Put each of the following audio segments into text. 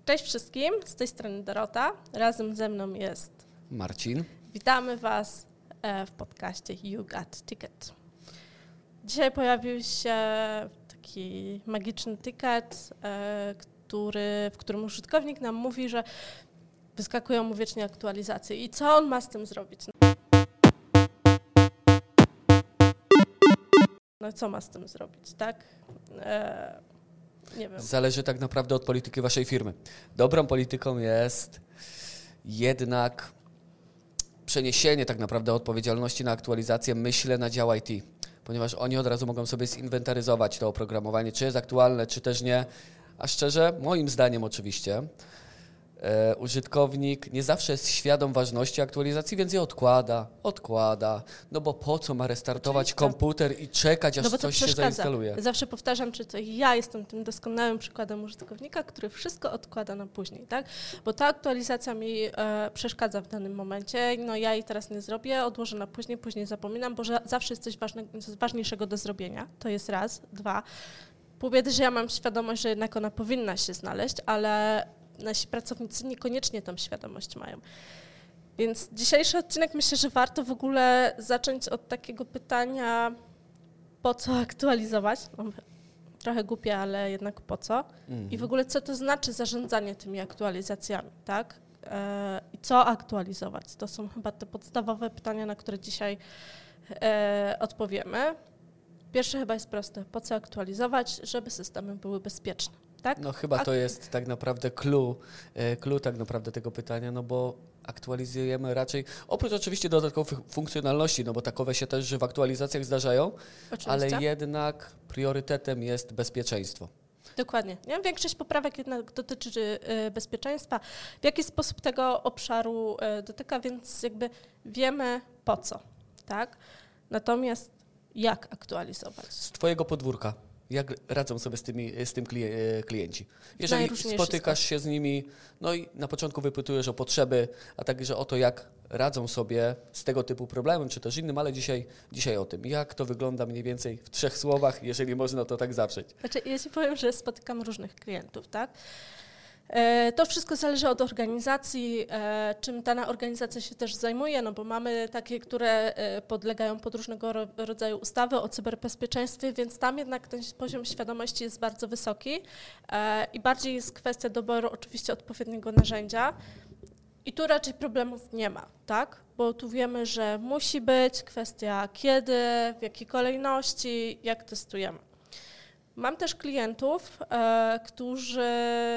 Cześć wszystkim, z tej strony Dorota, razem ze mną jest Marcin. Witamy Was w podcaście You Got Ticket. Dzisiaj pojawił się taki magiczny ticket, w którym użytkownik nam mówi, że wyskakują mu wiecznie aktualizacje i co on ma z tym zrobić? No co ma z tym zrobić, tak? Nie wiem. Zależy tak naprawdę od polityki waszej firmy. Dobrą polityką jest jednak przeniesienie tak naprawdę odpowiedzialności na aktualizację, myślę, na dział IT, ponieważ oni od razu mogą sobie zinwentaryzować to oprogramowanie, czy jest aktualne, czy też nie. A szczerze, moim zdaniem oczywiście, użytkownik nie zawsze jest świadom ważności aktualizacji, więc je odkłada, no bo po co ma restartować Oczywiście. komputer i czekać, aż coś się zainstaluje. Zawsze powtarzam, czy to ja jestem tym doskonałym przykładem użytkownika, który wszystko odkłada na później, tak? Bo ta aktualizacja mi przeszkadza w danym momencie, no ja jej teraz nie zrobię, odłożę na później zapominam, bo zawsze jest coś ważniejszego do zrobienia, to jest raz. Dwa, pół biedy, że ja mam świadomość, że jednak ona powinna się znaleźć, ale nasi pracownicy niekoniecznie tą świadomość mają. Więc dzisiejszy odcinek myślę, że warto w ogóle zacząć od takiego pytania, po co aktualizować? No, trochę głupie, ale jednak po co? I w ogóle co to znaczy zarządzanie tymi aktualizacjami, tak? I co aktualizować? To są chyba te podstawowe pytania, na które dzisiaj odpowiemy. Pierwsze chyba jest proste. Po co aktualizować? Żeby systemy były bezpieczne. Tak? No chyba to jest tak naprawdę clue tak naprawdę tego pytania, no bo aktualizujemy raczej, oprócz oczywiście dodatkowych funkcjonalności, no bo takowe się też w aktualizacjach zdarzają, Oczywiście. ale jednak priorytetem jest bezpieczeństwo. Dokładnie. Nie? Większość poprawek jednak dotyczy bezpieczeństwa. W jaki sposób tego obszaru dotyka, więc jakby wiemy po co. Tak? Natomiast jak aktualizować? Z twojego podwórka, jak radzą sobie z tym klienci? Jeżeli spotykasz się z nimi, no i na początku wypytujesz o potrzeby, a także o to, jak radzą sobie z tego typu problemem, czy też innym, ale dzisiaj o tym. Jak to wygląda mniej więcej w 3 słowach, jeżeli można to tak zawrzeć? Znaczy, ja ci powiem, że spotykam różnych klientów, tak? To wszystko zależy od organizacji, czym dana organizacja się też zajmuje, no bo mamy takie, które podlegają pod różnego rodzaju ustawy o cyberbezpieczeństwie, więc tam jednak ten poziom świadomości jest bardzo wysoki i bardziej jest kwestia doboru oczywiście odpowiedniego narzędzia i tu raczej problemów nie ma, tak? Bo tu wiemy, że musi być kwestia kiedy, w jakiej kolejności, jak testujemy. Mam też klientów, którzy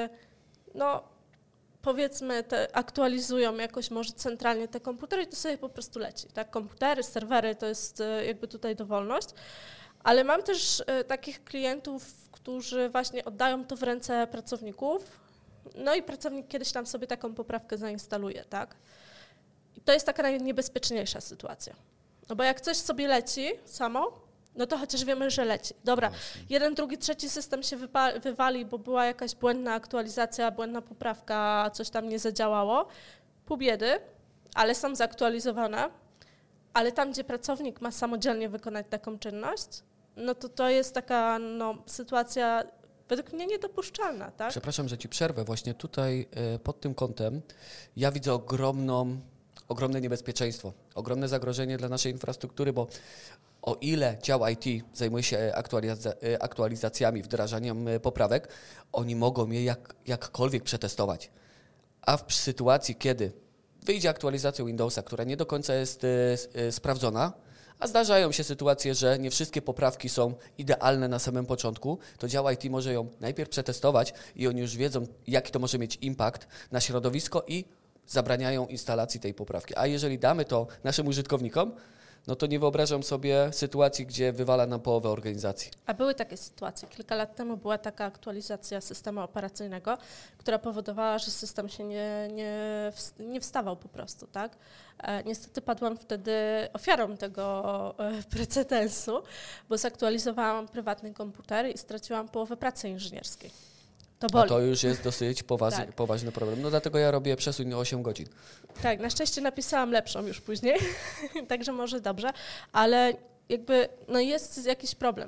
no powiedzmy aktualizują jakoś może centralnie te komputery i to sobie po prostu leci, tak? Komputery, serwery to jest jakby tutaj dowolność, ale mam też takich klientów, którzy właśnie oddają to w ręce pracowników, no i pracownik kiedyś tam sobie taką poprawkę zainstaluje, tak? I to jest taka najniebezpieczniejsza sytuacja, no bo jak coś sobie leci samo, no to chociaż wiemy, że leci. Dobra, jeden, drugi, trzeci system się wywali, bo była jakaś błędna aktualizacja, błędna poprawka, coś tam nie zadziałało. Pół biedy, ale są zaktualizowane, ale tam, gdzie pracownik ma samodzielnie wykonać taką czynność, no to jest taka sytuacja według mnie niedopuszczalna, tak? Przepraszam, że ci przerwę. Właśnie tutaj pod tym kątem ja widzę ogromne niebezpieczeństwo, ogromne zagrożenie dla naszej infrastruktury, bo o ile dział IT zajmuje się aktualizacjami, wdrażaniem poprawek, oni mogą je jakkolwiek przetestować. A w sytuacji, kiedy wyjdzie aktualizacja Windowsa, która nie do końca jest sprawdzona, a zdarzają się sytuacje, że nie wszystkie poprawki są idealne na samym początku, to dział IT może ją najpierw przetestować i oni już wiedzą, jaki to może mieć impact na środowisko i zabraniają instalacji tej poprawki. A jeżeli damy to naszym użytkownikom, no to nie wyobrażam sobie sytuacji, gdzie wywala nam połowę organizacji. A były takie sytuacje. Kilka lat temu była taka aktualizacja systemu operacyjnego, która powodowała, że system się nie wstawał po prostu, tak? Niestety padłam wtedy ofiarą tego precedensu, bo zaktualizowałam prywatny komputer i straciłam połowę pracy inżynierskiej. To boli. A to już jest dosyć poważny problem. No dlatego ja robię przesunięcie 8 godzin. Tak, na szczęście napisałam lepszą już później, także może dobrze, ale jakby jest jakiś problem. No,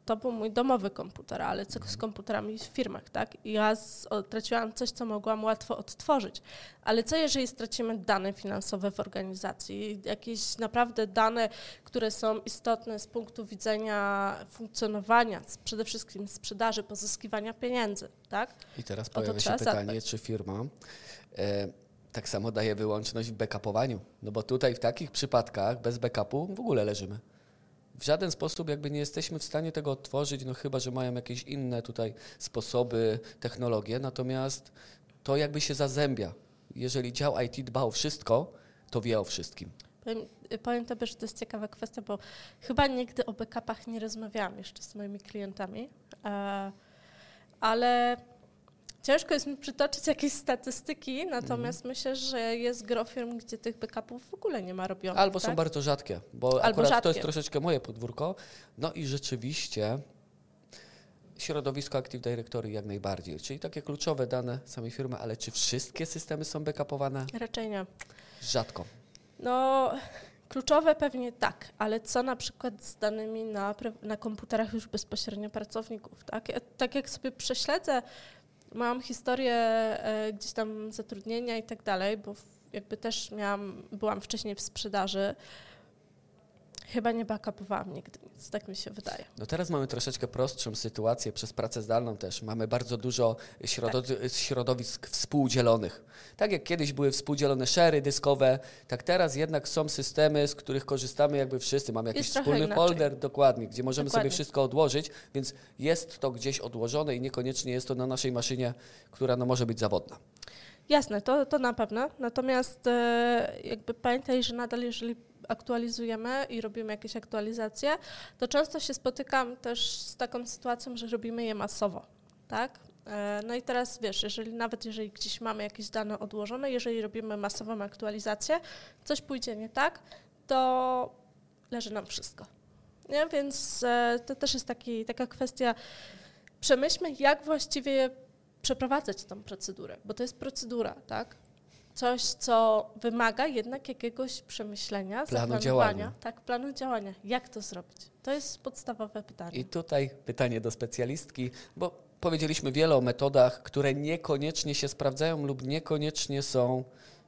to był mój domowy komputer, ale co z komputerami w firmach, tak? I ja traciłam coś, co mogłam łatwo odtworzyć. Ale co jeżeli stracimy dane finansowe w organizacji, jakieś naprawdę dane, które są istotne z punktu widzenia funkcjonowania, przede wszystkim sprzedaży, pozyskiwania pieniędzy, tak? I teraz pojawia się pytanie, czy firma tak samo daje wyłączność w backupowaniu? No bo tutaj w takich przypadkach bez backupu w ogóle leżymy. W żaden sposób jakby nie jesteśmy w stanie tego odtworzyć, no chyba że mają jakieś inne tutaj sposoby, technologie, natomiast to jakby się zazębia. Jeżeli dział IT dba o wszystko, to wie o wszystkim. Powiem Tobie, że to jest ciekawa kwestia, bo chyba nigdy o backupach nie rozmawiałam jeszcze z moimi klientami, ale ciężko jest mi przytoczyć jakieś statystyki, natomiast myślę, że jest gro firm, gdzie tych backupów w ogóle nie ma robionych. Albo tak? są bardzo rzadkie, bo akurat to jest troszeczkę moje podwórko. No i rzeczywiście środowisko Active Directory jak najbardziej, czyli takie kluczowe dane samej firmy, ale czy wszystkie systemy są backupowane? Raczej nie. Rzadko. No, kluczowe pewnie tak, ale co na przykład z danymi na komputerach już bezpośrednio pracowników, tak? Tak jak sobie prześledzę, mam historię gdzieś tam zatrudnienia i tak dalej, bo jakby też byłam wcześniej w sprzedaży. Chyba nie backupowałam nigdy nic, tak mi się wydaje. No teraz mamy troszeczkę prostszą sytuację przez pracę zdalną też. Mamy bardzo dużo środowisk współdzielonych. Tak jak kiedyś były współdzielone share'y dyskowe, tak teraz jednak są systemy, z których korzystamy jakby wszyscy. Mamy jakiś wspólny folder, dokładnie, gdzie możemy sobie wszystko odłożyć, więc jest to gdzieś odłożone i niekoniecznie jest to na naszej maszynie, która może być zawodna. Jasne, to na pewno. Natomiast jakby pamiętaj, że nadal jeżeli aktualizujemy i robimy jakieś aktualizacje, to często się spotykam też z taką sytuacją, że robimy je masowo, tak? No i teraz wiesz, jeżeli gdzieś mamy jakieś dane odłożone, jeżeli robimy masową aktualizację, coś pójdzie nie tak, to leży nam wszystko. Nie? Więc to też jest taka kwestia, przemyślmy, jak właściwie przeprowadzać tą procedurę, bo to jest procedura, tak? Coś, co wymaga jednak jakiegoś przemyślenia, zaplanowania. Tak, planu działania. Jak to zrobić? To jest podstawowe pytanie. I tutaj pytanie do specjalistki, bo powiedzieliśmy wiele o metodach, które niekoniecznie się sprawdzają lub niekoniecznie są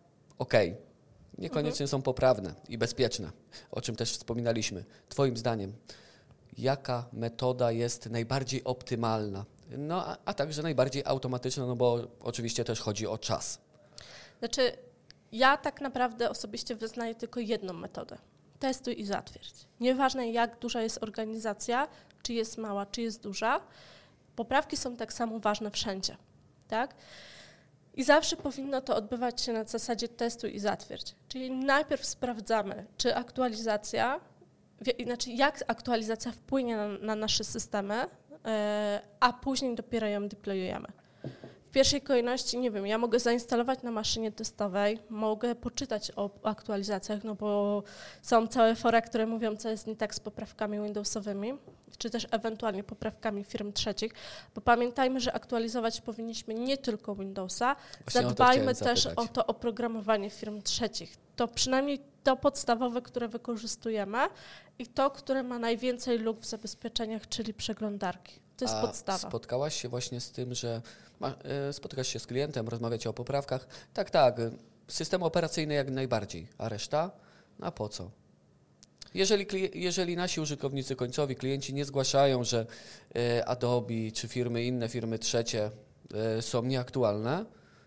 niekoniecznie są poprawne i bezpieczne, o czym też wspominaliśmy. Twoim zdaniem, jaka metoda jest najbardziej optymalna? No, a także najbardziej automatyczna, no bo oczywiście też chodzi o czas. Znaczy, ja tak naprawdę osobiście wyznaję tylko jedną metodę. Testuj i zatwierdź. Nieważne jak duża jest organizacja, czy jest mała, czy jest duża, poprawki są tak samo ważne wszędzie, tak? I zawsze powinno to odbywać się na zasadzie testuj i zatwierdź. Czyli najpierw sprawdzamy, czy aktualizacja, jak aktualizacja wpłynie na nasze systemy, a później dopiero ją deployujemy. W pierwszej kolejności, nie wiem, ja mogę zainstalować na maszynie testowej, mogę poczytać o aktualizacjach, no bo są całe fora, które mówią, co jest nie tak z poprawkami Windowsowymi, czy też ewentualnie poprawkami firm trzecich, bo pamiętajmy, że aktualizować powinniśmy nie tylko Windowsa, zadbajmy też o to oprogramowanie firm trzecich. To przynajmniej to podstawowe, które wykorzystujemy i to, które ma najwięcej luk w zabezpieczeniach, czyli przeglądarki. To jest podstawa. Spotkałaś się właśnie z tym, że spotykasz się z klientem, rozmawiacie o poprawkach. Tak, system operacyjny jak najbardziej, a reszta? No a po co? Jeżeli nasi użytkownicy końcowi, klienci nie zgłaszają, że Adobe czy inne firmy trzecie są nieaktualne,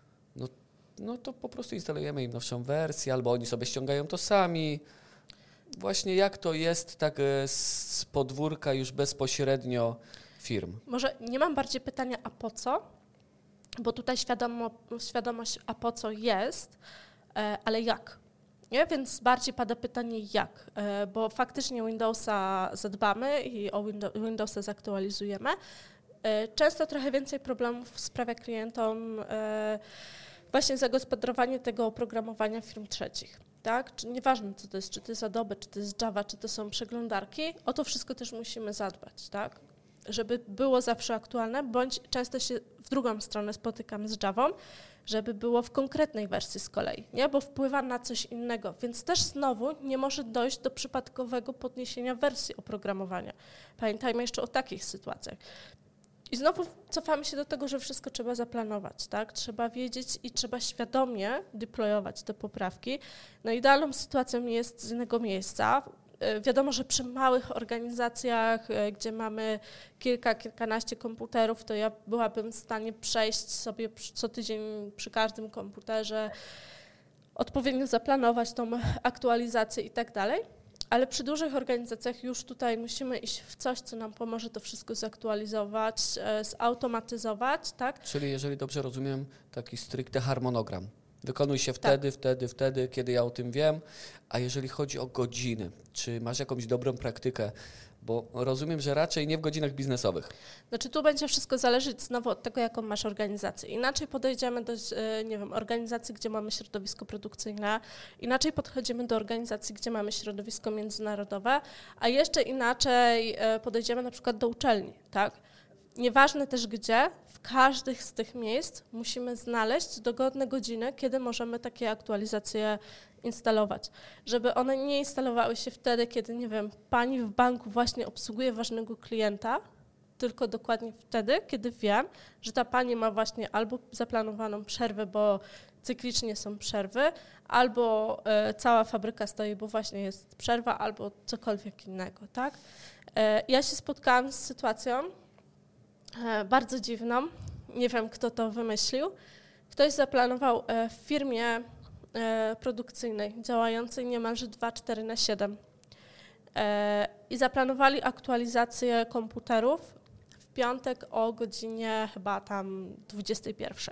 no to po prostu instalujemy im nowszą wersję, albo oni sobie ściągają to sami. Właśnie jak to jest tak z podwórka już bezpośrednio firm? Może nie mam bardziej pytania, a po co? Bo tutaj świadomość, a po co jest, ale jak? Nie? Więc bardziej pada pytanie jak, bo faktycznie Windowsa zadbamy i o Windowsa zaktualizujemy. Często trochę więcej problemów sprawia klientom właśnie zagospodarowanie tego oprogramowania firm trzecich. Tak? Nieważne co to jest, czy to jest Adobe, czy to jest Java, czy to są przeglądarki, o to wszystko też musimy zadbać. Tak? żeby było zawsze aktualne, bądź często się w drugą stronę spotykam z Javą, żeby było w konkretnej wersji z kolei, nie? Bo wpływa na coś innego, więc też znowu nie może dojść do przypadkowego podniesienia wersji oprogramowania. Pamiętajmy jeszcze o takich sytuacjach. I znowu cofamy się do tego, że wszystko trzeba zaplanować, tak? Trzeba wiedzieć i trzeba świadomie deployować te poprawki. No idealną sytuacją jest z innego miejsca. Wiadomo, że przy małych organizacjach, gdzie mamy kilkanaście komputerów, to ja byłabym w stanie przejść sobie co tydzień przy każdym komputerze, odpowiednio zaplanować tą aktualizację i tak dalej. Ale przy dużych organizacjach już tutaj musimy iść w coś, co nam pomoże to wszystko zaktualizować, zautomatyzować, tak? Czyli jeżeli dobrze rozumiem, taki stricte harmonogram. Wykonuj się wtedy, kiedy ja o tym wiem. A jeżeli chodzi o godziny, czy masz jakąś dobrą praktykę? Bo rozumiem, że raczej nie w godzinach biznesowych. Znaczy tu będzie wszystko zależeć znowu od tego, jaką masz organizację. Inaczej podejdziemy do, nie wiem, organizacji, gdzie mamy środowisko produkcyjne, inaczej podchodzimy do organizacji, gdzie mamy środowisko międzynarodowe, a jeszcze inaczej podejdziemy na przykład do uczelni, tak? Nieważne też gdzie, w każdych z tych miejsc musimy znaleźć dogodne godziny, kiedy możemy takie aktualizacje instalować. Żeby one nie instalowały się wtedy, kiedy, nie wiem, pani w banku właśnie obsługuje ważnego klienta, tylko dokładnie wtedy, kiedy wiem, że ta pani ma właśnie albo zaplanowaną przerwę, bo cyklicznie są przerwy, albo cała fabryka stoi, bo właśnie jest przerwa, albo cokolwiek innego, tak? Ja się spotkałam z sytuacją bardzo dziwną, nie wiem, kto to wymyślił. Ktoś zaplanował w firmie produkcyjnej, działającej niemalże 24/7 i zaplanowali aktualizację komputerów w piątek o godzinie chyba tam 21.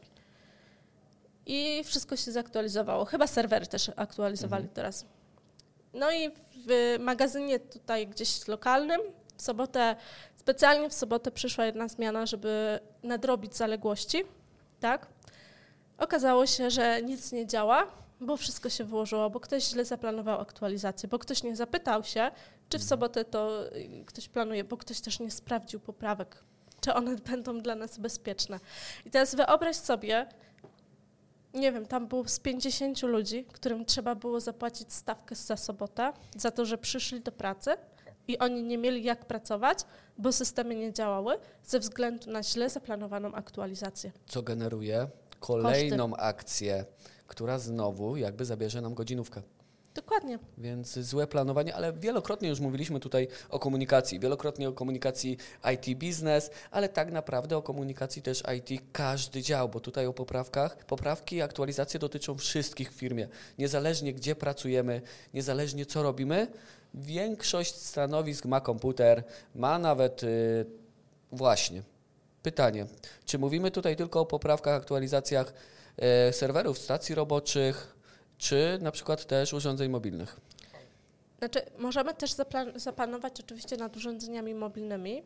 I wszystko się zaktualizowało. Chyba serwery też aktualizowali teraz. No i w magazynie tutaj gdzieś lokalnym specjalnie w sobotę przyszła jedna zmiana, żeby nadrobić zaległości, tak? Okazało się, że nic nie działa, bo wszystko się wyłożyło, bo ktoś źle zaplanował aktualizację, bo ktoś nie zapytał się, czy w sobotę to ktoś planuje, bo ktoś też nie sprawdził poprawek, czy one będą dla nas bezpieczne. I teraz wyobraź sobie, nie wiem, tam było z 50 ludzi, którym trzeba było zapłacić stawkę za sobotę, za to, że przyszli do pracy i oni nie mieli jak pracować, bo systemy nie działały ze względu na źle zaplanowaną aktualizację. Co generuje kolejną akcję, która znowu jakby zabierze nam godzinówkę. Dokładnie. Więc złe planowanie, ale wielokrotnie już mówiliśmy tutaj o komunikacji, wielokrotnie o komunikacji IT biznes, ale tak naprawdę o komunikacji też IT każdy dział, bo tutaj o poprawki i aktualizacje dotyczą wszystkich w firmie. Niezależnie gdzie pracujemy, niezależnie co robimy, większość stanowisk ma komputer, ma nawet właśnie. Pytanie, czy mówimy tutaj tylko o poprawkach, aktualizacjach serwerów, stacji roboczych, czy na przykład też urządzeń mobilnych? Znaczy, możemy też zaplanować oczywiście nad urządzeniami mobilnymi.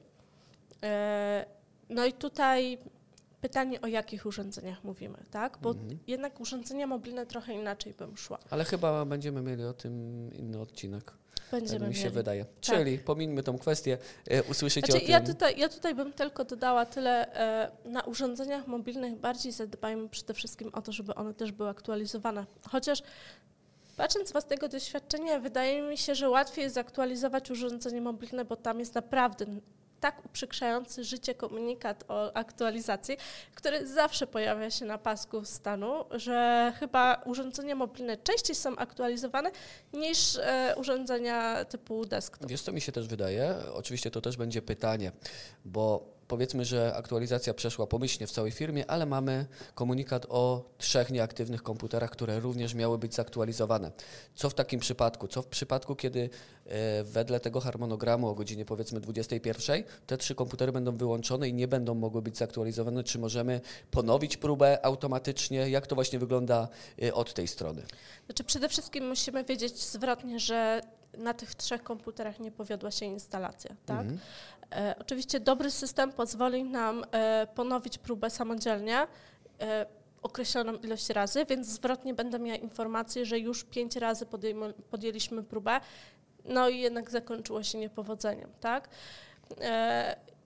No i tutaj pytanie, o jakich urządzeniach mówimy, tak? Bo jednak urządzenia mobilne trochę inaczej bym szła. Ale chyba będziemy mieli o tym inny odcinek. Będziemy tak mi się mieli. wydaje. Tak. Czyli pomińmy tą kwestię, usłyszycie znaczy, o tym. Ja tutaj bym tylko dodała tyle, na urządzeniach mobilnych bardziej zadbajmy przede wszystkim o to, żeby one też były aktualizowane. Chociaż patrząc z własnego doświadczenia, wydaje mi się, że łatwiej jest zaktualizować urządzenie mobilne, bo tam jest naprawdę tak uprzykrzający życie komunikat o aktualizacji, który zawsze pojawia się na pasku stanu, że chyba urządzenia mobilne częściej są aktualizowane niż urządzenia typu desktop. Wiesz, co mi się też wydaje? Oczywiście to też będzie pytanie, bo powiedzmy, że aktualizacja przeszła pomyślnie w całej firmie, ale mamy komunikat o 3 nieaktywnych komputerach, które również miały być zaktualizowane. Co w takim przypadku? Co w przypadku, kiedy wedle tego harmonogramu o godzinie powiedzmy 21 te 3 komputery będą wyłączone i nie będą mogły być zaktualizowane? Czy możemy ponowić próbę automatycznie? Jak to właśnie wygląda od tej strony? Znaczy przede wszystkim musimy wiedzieć zwrotnie, że na tych 3 komputerach nie powiodła się instalacja, tak? Oczywiście dobry system pozwoli nam ponowić próbę samodzielnie określoną ilość razy, więc zwrotnie będę miała informację, że już 5 razy podjęliśmy próbę, no i jednak zakończyło się niepowodzeniem, tak?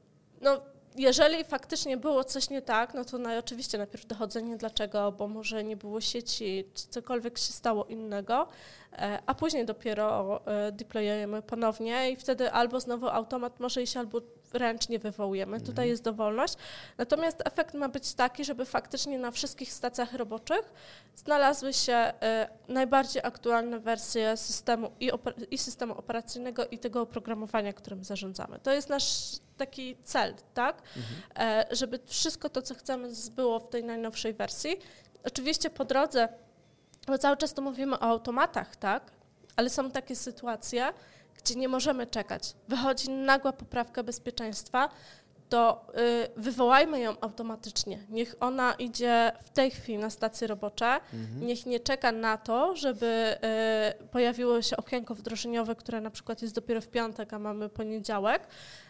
No, jeżeli faktycznie było coś nie tak, no to oczywiście najpierw dochodzenie dlaczego, bo może nie było sieci, czy cokolwiek się stało innego, a później dopiero deployujemy ponownie i wtedy albo znowu automat może iść, albo ręcznie wywołujemy. Tutaj jest dowolność. Natomiast efekt ma być taki, żeby faktycznie na wszystkich stacjach roboczych znalazły się najbardziej aktualne wersje systemu i systemu operacyjnego i tego oprogramowania, którym zarządzamy. To jest nasz taki cel, tak? Żeby wszystko to, co chcemy, było w tej najnowszej wersji. Oczywiście po drodze, bo cały czas tu mówimy o automatach, tak? Ale są takie sytuacje, gdzie nie możemy czekać. Wychodzi nagła poprawka bezpieczeństwa, to wywołajmy ją automatycznie. Niech ona idzie w tej chwili na stacje robocze, niech nie czeka na to, żeby pojawiło się okienko wdrożeniowe, które na przykład jest dopiero w piątek, a mamy poniedziałek.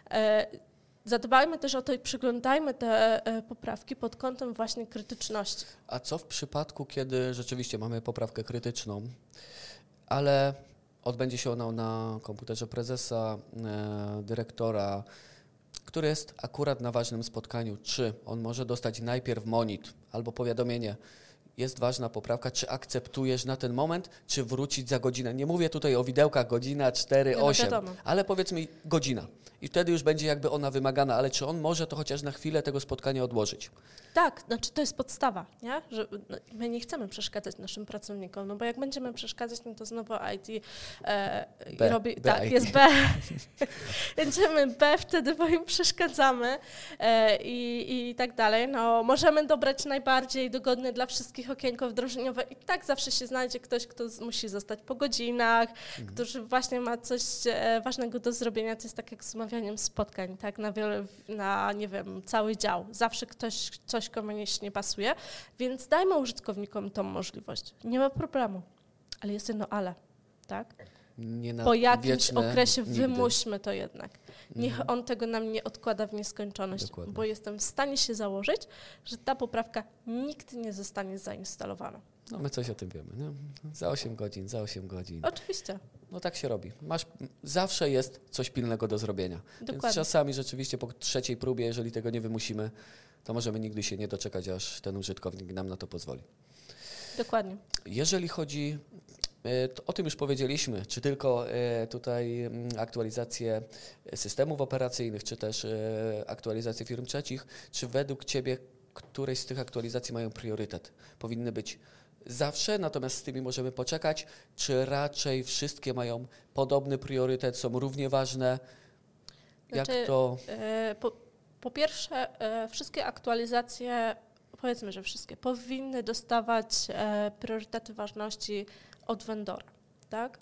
Zadbajmy też o to i przyglądajmy te poprawki pod kątem właśnie krytyczności. A co w przypadku, kiedy rzeczywiście mamy poprawkę krytyczną, ale odbędzie się ona na komputerze prezesa, dyrektora, który jest akurat na ważnym spotkaniu, czy on może dostać najpierw monit albo powiadomienie, jest ważna poprawka, czy akceptujesz na ten moment, czy wrócić za godzinę. Nie mówię tutaj o widełkach godzina 4, 8, ale powiedzmy godzina. I wtedy już będzie jakby ona wymagana, ale czy on może to chociaż na chwilę tego spotkania odłożyć? Tak, znaczy to jest podstawa, nie? Że my nie chcemy przeszkadzać naszym pracownikom, no bo jak będziemy przeszkadzać, no to znowu IT robi, tak, jest B. Będziemy B wtedy, bo im przeszkadzamy i tak dalej. No, możemy dobrać najbardziej dogodne dla wszystkich okienko wdrożeniowe i tak zawsze się znajdzie ktoś, kto musi zostać po godzinach, który właśnie ma coś ważnego do zrobienia. To jest tak jak z umawianiem spotkań, tak? Na nie wiem, cały dział. Zawsze ktoś coś komuś nie pasuje, więc dajmy użytkownikom tą możliwość. Nie ma problemu, ale jest jedno ale, tak? Po jakimś okresie wymuśmy to jednak. Niech on tego nam nie odkłada w nieskończoność, bo jestem w stanie się założyć, że ta poprawka nigdy nie zostanie zainstalowana. No my coś o tym wiemy, nie? Za 8 godzin. Oczywiście. No tak się robi. Zawsze jest coś pilnego do zrobienia. Dokładnie. Więc czasami rzeczywiście po trzeciej próbie, jeżeli tego nie wymusimy, to możemy nigdy się nie doczekać, aż ten użytkownik nam na to pozwoli. Dokładnie. Jeżeli chodzi, o tym już powiedzieliśmy, czy tylko tutaj aktualizacje systemów operacyjnych, czy też aktualizacje firm trzecich, czy według Ciebie któreś z tych aktualizacji mają priorytet? Powinny być zawsze, natomiast z tymi możemy poczekać, czy raczej wszystkie mają podobny priorytet, są równie ważne? Jak to... Po pierwsze, wszystkie aktualizacje, powiedzmy, że wszystkie, powinny dostawać priorytety ważności od vendora, tak?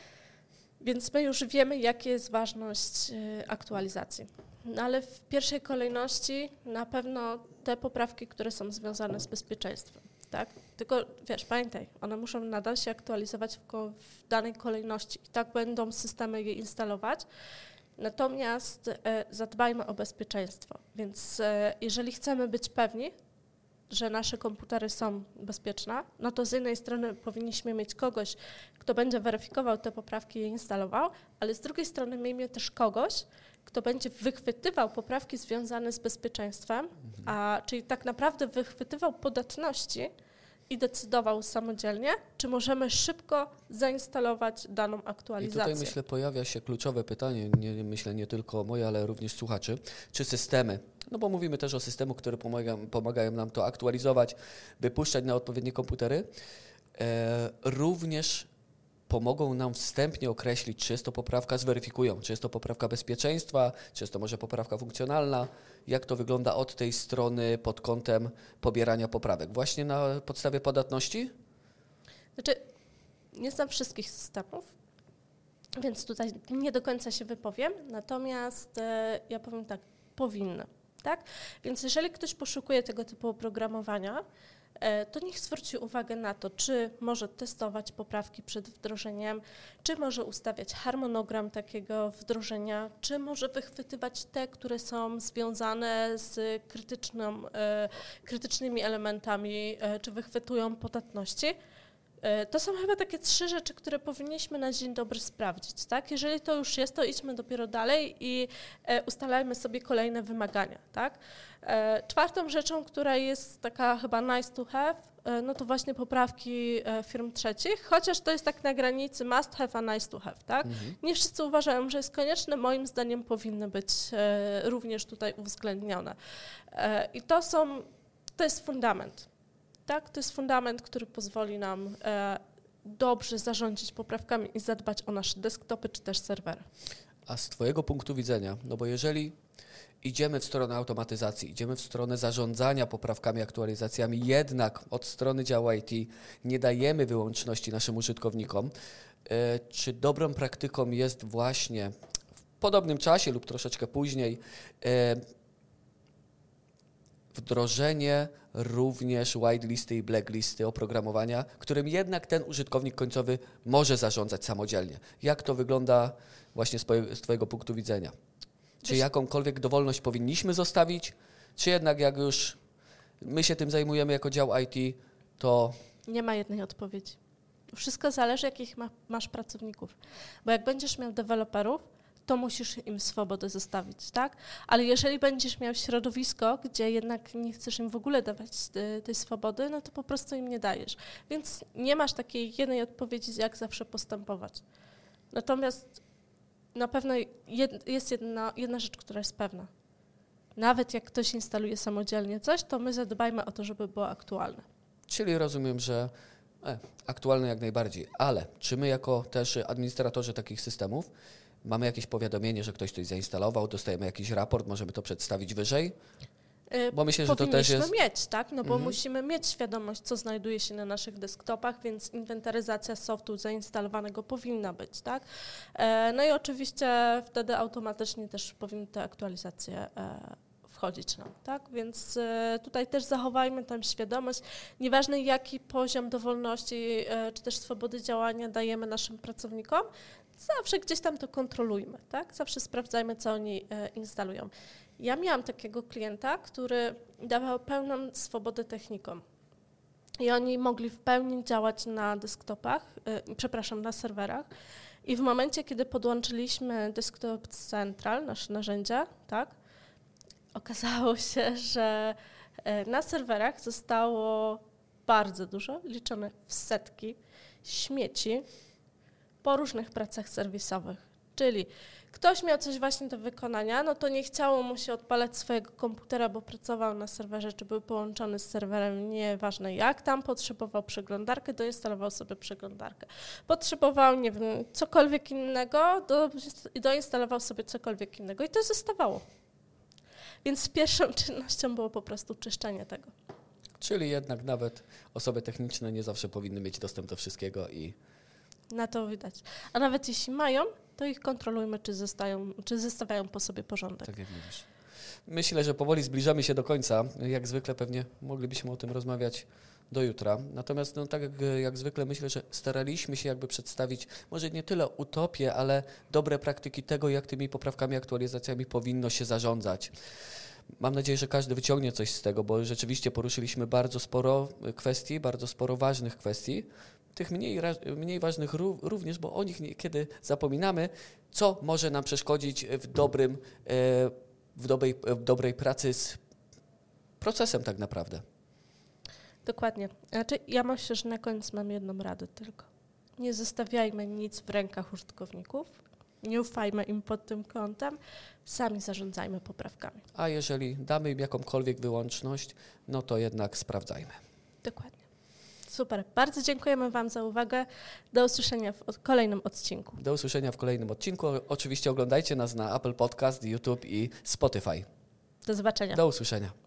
Więc my już wiemy, jaka jest ważność aktualizacji. No ale w pierwszej kolejności na pewno te poprawki, które są związane z bezpieczeństwem, tak? Tylko wiesz, pamiętaj, one muszą nadal się aktualizować w danej kolejności i tak będą systemy je instalować. Natomiast zadbajmy o bezpieczeństwo, więc jeżeli chcemy być pewni, że nasze komputery są bezpieczne, no to z jednej strony powinniśmy mieć kogoś, kto będzie weryfikował te poprawki i je instalował, ale z drugiej strony miejmy też kogoś, kto będzie wychwytywał poprawki związane z bezpieczeństwem, czyli tak naprawdę wychwytywał podatności i decydował samodzielnie, czy możemy szybko zainstalować daną aktualizację. I tutaj myślę pojawia się kluczowe pytanie, myślę nie tylko moje, ale również słuchaczy, czy systemy, no bo mówimy też o systemu, które pomagają nam to aktualizować, wypuszczać na odpowiednie komputery, również pomogą nam wstępnie określić, czy jest to poprawka, zweryfikują, czy jest to poprawka bezpieczeństwa, czy jest to może poprawka funkcjonalna, jak to wygląda od tej strony pod kątem pobierania poprawek. Właśnie na podstawie podatności? Znaczy, nie znam wszystkich systemów, więc tutaj nie do końca się wypowiem, natomiast ja powiem tak, powinny, tak? Więc jeżeli ktoś poszukuje tego typu oprogramowania, to niech zwróci uwagę na to, czy może testować poprawki przed wdrożeniem, czy może ustawiać harmonogram takiego wdrożenia, czy może wychwytywać te, które są związane z krytycznymi elementami, czy wychwytują podatności. To są chyba takie 3 rzeczy, które powinniśmy na dzień dobry sprawdzić, tak? Jeżeli to już jest, to idźmy dopiero dalej i ustalajmy sobie kolejne wymagania, tak? 4. rzeczą, która jest taka chyba nice to have, no to właśnie poprawki firm trzecich, chociaż to jest tak na granicy must have, a nice to have, tak? Nie wszyscy uważają, że jest konieczne, moim zdaniem powinny być również tutaj uwzględnione. I to jest fundament. Tak, to jest fundament, który pozwoli nam dobrze zarządzić poprawkami i zadbać o nasze desktopy czy też serwery. A z Twojego punktu widzenia, no bo jeżeli idziemy w stronę automatyzacji, idziemy w stronę zarządzania poprawkami, aktualizacjami, jednak od strony działu IT nie dajemy wyłączności naszym użytkownikom, czy dobrą praktyką jest właśnie w podobnym czasie lub troszeczkę później wdrożenie również whitelisty i blacklisty oprogramowania, którym jednak ten użytkownik końcowy może zarządzać samodzielnie. Jak to wygląda właśnie z Twojego punktu widzenia? Czy jakąkolwiek dowolność powinniśmy zostawić, czy jednak jak już my się tym zajmujemy jako dział IT, to... Nie ma jednej odpowiedzi. Wszystko zależy, jakich masz pracowników. Bo jak będziesz miał deweloperów, to musisz im swobodę zostawić, tak? Ale jeżeli będziesz miał środowisko, gdzie jednak nie chcesz im w ogóle dawać tej swobody, no to po prostu im nie dajesz. Więc nie masz takiej jednej odpowiedzi, jak zawsze postępować. Natomiast na pewno jest jedna rzecz, która jest pewna. Nawet jak ktoś instaluje samodzielnie coś, to my zadbajmy o to, żeby było aktualne. Czyli rozumiem, że aktualne jak najbardziej, ale czy my jako też administratorzy takich systemów mamy jakieś powiadomienie, że ktoś coś zainstalował, dostajemy jakiś raport, możemy to przedstawić wyżej? Bo myślę, że to też jest... Powinniśmy mieć, tak? No bo musimy mieć świadomość, co znajduje się na naszych desktopach, więc inwentaryzacja softu zainstalowanego powinna być, tak? No i oczywiście wtedy automatycznie też powinny te aktualizacje wchodzić nam, tak? Więc tutaj też zachowajmy tę świadomość. Nieważne jaki poziom dowolności czy też swobody działania dajemy naszym pracownikom, zawsze gdzieś tam to kontrolujmy, tak? Zawsze sprawdzajmy, co oni instalują. Ja miałam takiego klienta, który dawał pełną swobodę technikom i oni mogli w pełni działać na desktopach, na serwerach i w momencie, kiedy podłączyliśmy Desktop Central, nasze narzędzia, tak, okazało się, że na serwerach zostało bardzo dużo, liczone w setki, śmieci po różnych pracach serwisowych. Czyli ktoś miał coś właśnie do wykonania, no to nie chciało mu się odpalać swojego komputera, bo pracował na serwerze, czy był połączony z serwerem, nieważne jak tam, potrzebował przeglądarkę, doinstalował sobie przeglądarkę. Potrzebował, nie wiem, cokolwiek innego, doinstalował sobie cokolwiek innego i to zostawało. Więc pierwszą czynnością było po prostu czyszczenie tego. Czyli jednak nawet osoby techniczne nie zawsze powinny mieć dostęp do wszystkiego i... Na to widać. A nawet jeśli mają, to ich kontrolujmy, czy zostawiają po sobie porządek. Tak jak mówisz. Myślę, że powoli zbliżamy się do końca. Jak zwykle pewnie moglibyśmy o tym rozmawiać do jutra. Natomiast no, tak jak zwykle myślę, że staraliśmy się jakby przedstawić może nie tyle utopię, ale dobre praktyki tego, jak tymi poprawkami, aktualizacjami powinno się zarządzać. Mam nadzieję, że każdy wyciągnie coś z tego, bo rzeczywiście poruszyliśmy bardzo sporo kwestii, bardzo sporo ważnych kwestii. Tych mniej ważnych również, bo o nich niekiedy zapominamy, co może nam przeszkodzić w dobrej pracy z procesem tak naprawdę. Dokładnie. Znaczy, ja myślę, że na koniec mam jedną radę tylko. Nie zostawiajmy nic w rękach użytkowników, nie ufajmy im pod tym kątem, sami zarządzajmy poprawkami. A jeżeli damy im jakąkolwiek wyłączność, no to jednak sprawdzajmy. Dokładnie. Super. Bardzo dziękujemy Wam za uwagę. Do usłyszenia w kolejnym odcinku. Do usłyszenia w kolejnym odcinku. Oczywiście oglądajcie nas na Apple Podcast, YouTube i Spotify. Do zobaczenia. Do usłyszenia.